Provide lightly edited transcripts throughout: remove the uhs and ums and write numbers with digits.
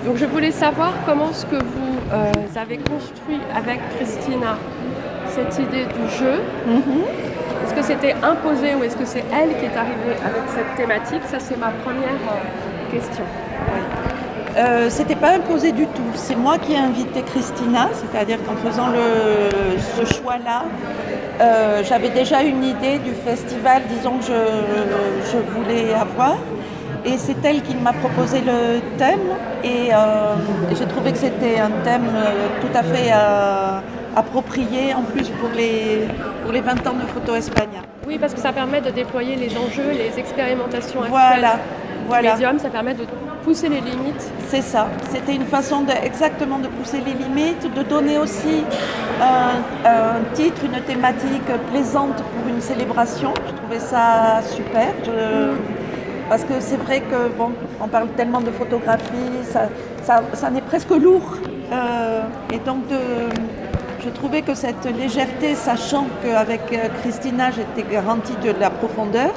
Donc je voulais savoir comment est-ce que vous avez construit avec Christina cette idée du jeu. Est-ce que c'était imposé ou est-ce que c'est elle qui est arrivée avec cette thématique? Ça, c'est ma première question. C'était pas imposé du tout. C'est moi qui ai invité Christina, c'est-à-dire qu'en faisant ce choix-là, j'avais déjà une idée du festival, disons, que je voulais avoir. Et c'est elle qui m'a proposé le thème et j'ai trouvé que c'était un thème tout à fait approprié en plus pour les 20 ans de Photo España. Oui, parce que ça permet de déployer les enjeux, les expérimentations actuelles du médium, ça permet de pousser les limites. C'est ça, c'était une façon exactement de pousser les limites, de donner aussi un titre, une thématique plaisante pour une célébration. Je trouvais ça super. Parce que c'est vrai que on parle tellement de photographie, ça n'est presque lourd. Et donc je trouvais que cette légèreté, sachant qu'avec Christina j'étais garantie de la profondeur,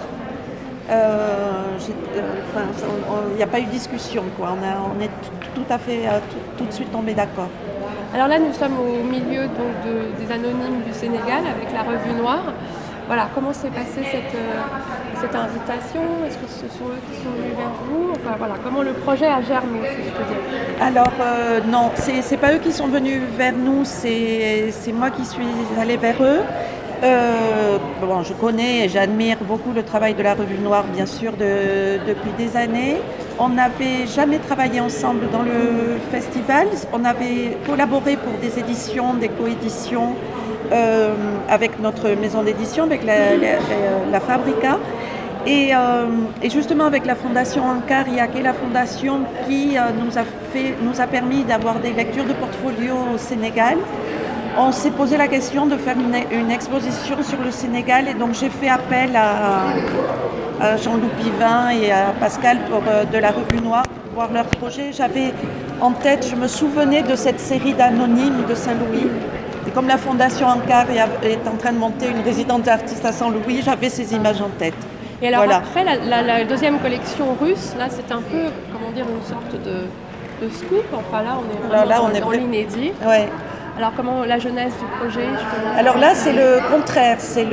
il n'y a pas eu de discussion, quoi. On est tout à fait tout de suite tombés d'accord. Alors là, nous sommes au milieu donc, des Anonymes du Sénégal avec la Revue Noire. Voilà, comment s'est passée cette invitation? Est-ce que ce sont eux qui sont venus vers vous? Enfin voilà, comment le projet a germé, si je peux dire? Alors non, c'est pas eux qui sont venus vers nous, c'est moi qui suis allée vers eux. Je connais et j'admire beaucoup le travail de la Revue Noire, bien sûr, depuis des années. On n'avait jamais travaillé ensemble dans le festival. On avait collaboré pour des éditions, des coéditions avec notre maison d'édition, avec la Fabrica. Et justement avec la Fondation Ankar-Yak, la fondation qui nous a permis d'avoir des lectures de portfolio au Sénégal. On s'est posé la question de faire une exposition sur le Sénégal et donc j'ai fait appel à Jean-Loup Pivin et à Pascal de la Revue Noire pour voir leur projet. J'avais en tête, je me souvenais de cette série d'anonymes de Saint-Louis. Et comme la Fondation Ankar est en train de monter une résidence d'artistes à Saint-Louis, j'avais ces images en tête. Et alors après, la deuxième collection russe, là c'est un peu, comment dire, une sorte de scoop. Enfin là, on est dans l'inédit. Ouais. Alors comment la genèse du projet? Alors là, c'est le contraire. C'est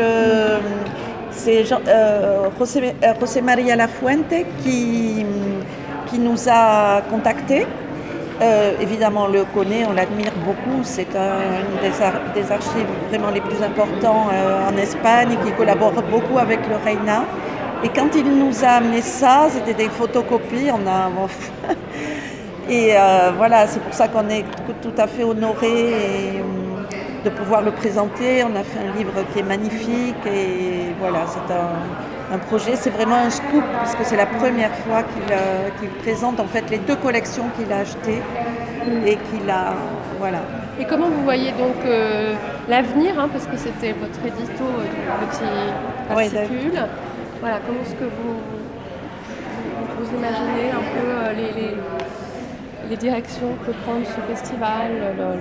José María Lafuente qui nous a contactés. Évidemment, on le connaît, on l'admire beaucoup. C'est une des archives vraiment les plus importants en Espagne et qui collabore beaucoup avec le Reina. Et quand il nous a amené ça, c'était des photocopies. Et voilà, c'est pour ça qu'on est tout à fait honorés de pouvoir le présenter. On a fait un livre qui est magnifique et voilà, c'est un projet, c'est vraiment un scoop puisque c'est la première fois qu'il présente en fait les deux collections qu'il a achetées et qu'il a, voilà. Et comment vous voyez donc l'avenir, parce que c'était votre édito du petit fascicule. Voilà, comment est-ce que vous imaginez un peu les directions que prend ce festival,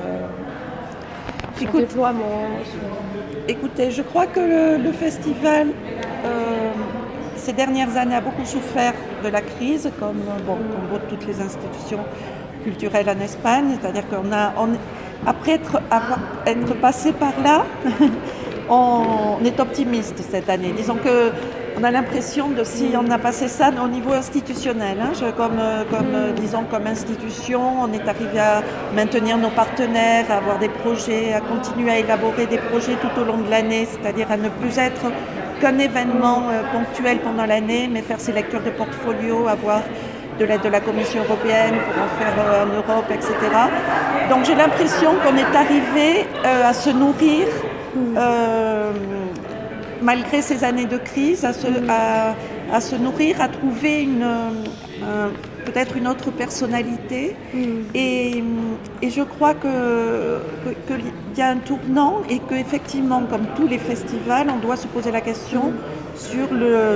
son déploiement? Écoutez, je crois que le festival, ces dernières années, a beaucoup souffert de la crise, comme toutes les institutions culturelles en Espagne. C'est-à-dire qu'après être passé par là, on est optimiste cette année. Disons que on a l'impression si on a passé ça au niveau institutionnel, comme institution, on est arrivé à maintenir nos partenaires, à avoir des projets, à continuer à élaborer des projets tout au long de l'année, c'est-à-dire à ne plus être qu'un événement ponctuel pendant l'année, mais faire ses lectures de portfolio, avoir de l'aide de la Commission européenne pour en faire en Europe, etc. Donc j'ai l'impression qu'on est arrivé à se nourrir malgré ces années de crise, à se nourrir, à trouver peut-être une autre personnalité. Et je crois qu'il y a un tournant et qu'effectivement, comme tous les festivals, on doit se poser la question sur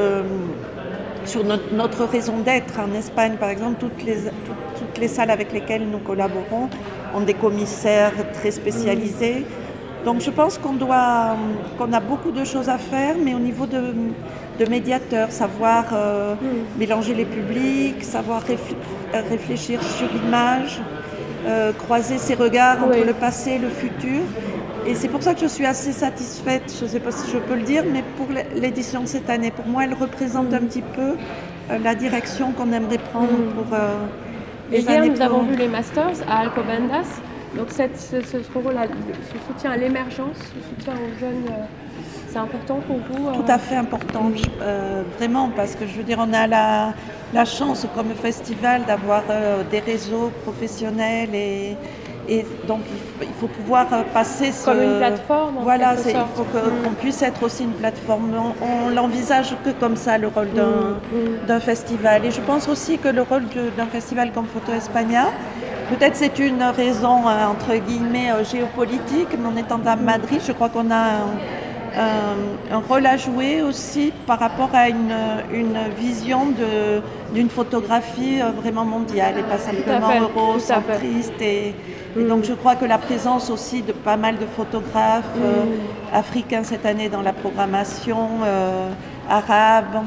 notre raison d'être. En Espagne, par exemple, toutes les salles avec lesquelles nous collaborons ont des commissaires très spécialisés. Donc je pense qu'on a beaucoup de choses à faire, mais au niveau de médiateur, savoir mélanger les publics, savoir réfléchir sur l'image, croiser ses regards entre le passé et le futur. Et c'est pour ça que je suis assez satisfaite, je ne sais pas si je peux le dire, mais pour l'édition de cette année. Pour moi, elle représente un petit peu la direction qu'on aimerait prendre pour les années. Et hier, nous avons vu les Masters à Alcobendas. Donc ce rôle-là, ce soutien à l'émergence, ce soutien aux jeunes, c'est important pour vous Tout à fait important, vraiment, parce que je veux dire, on a la chance comme festival d'avoir des réseaux professionnels et donc il faut pouvoir passer comme une plateforme. Voilà, il faut qu'on puisse être aussi une plateforme. On l'envisage que comme ça, le rôle d'un festival. Et je pense aussi que le rôle d'un festival comme Photo España, peut-être c'est une raison entre guillemets géopolitique, mais en étant à Madrid, je crois qu'on a un rôle à jouer aussi par rapport à une vision d'une photographie vraiment mondiale et pas simplement eurocentriste. Et donc je crois que la présence aussi de pas mal de photographes africains cette année dans la programmation, arabe,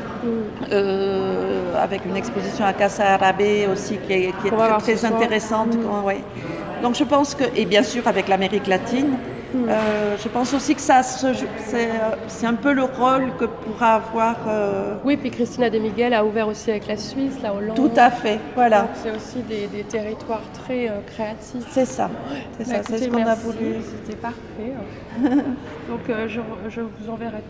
avec une exposition à Casa Arabe aussi qui est très intéressante. Donc je pense que, et bien sûr avec l'Amérique latine, je pense aussi que c'est un peu le rôle que pourra avoir... Oui, puis Cristina De Miguel a ouvert aussi avec la Suisse, la Hollande. Tout à fait, voilà. Donc c'est aussi des territoires très créatifs. C'est ça, c'est ce qu'on a voulu. C'était parfait. Donc je vous enverrai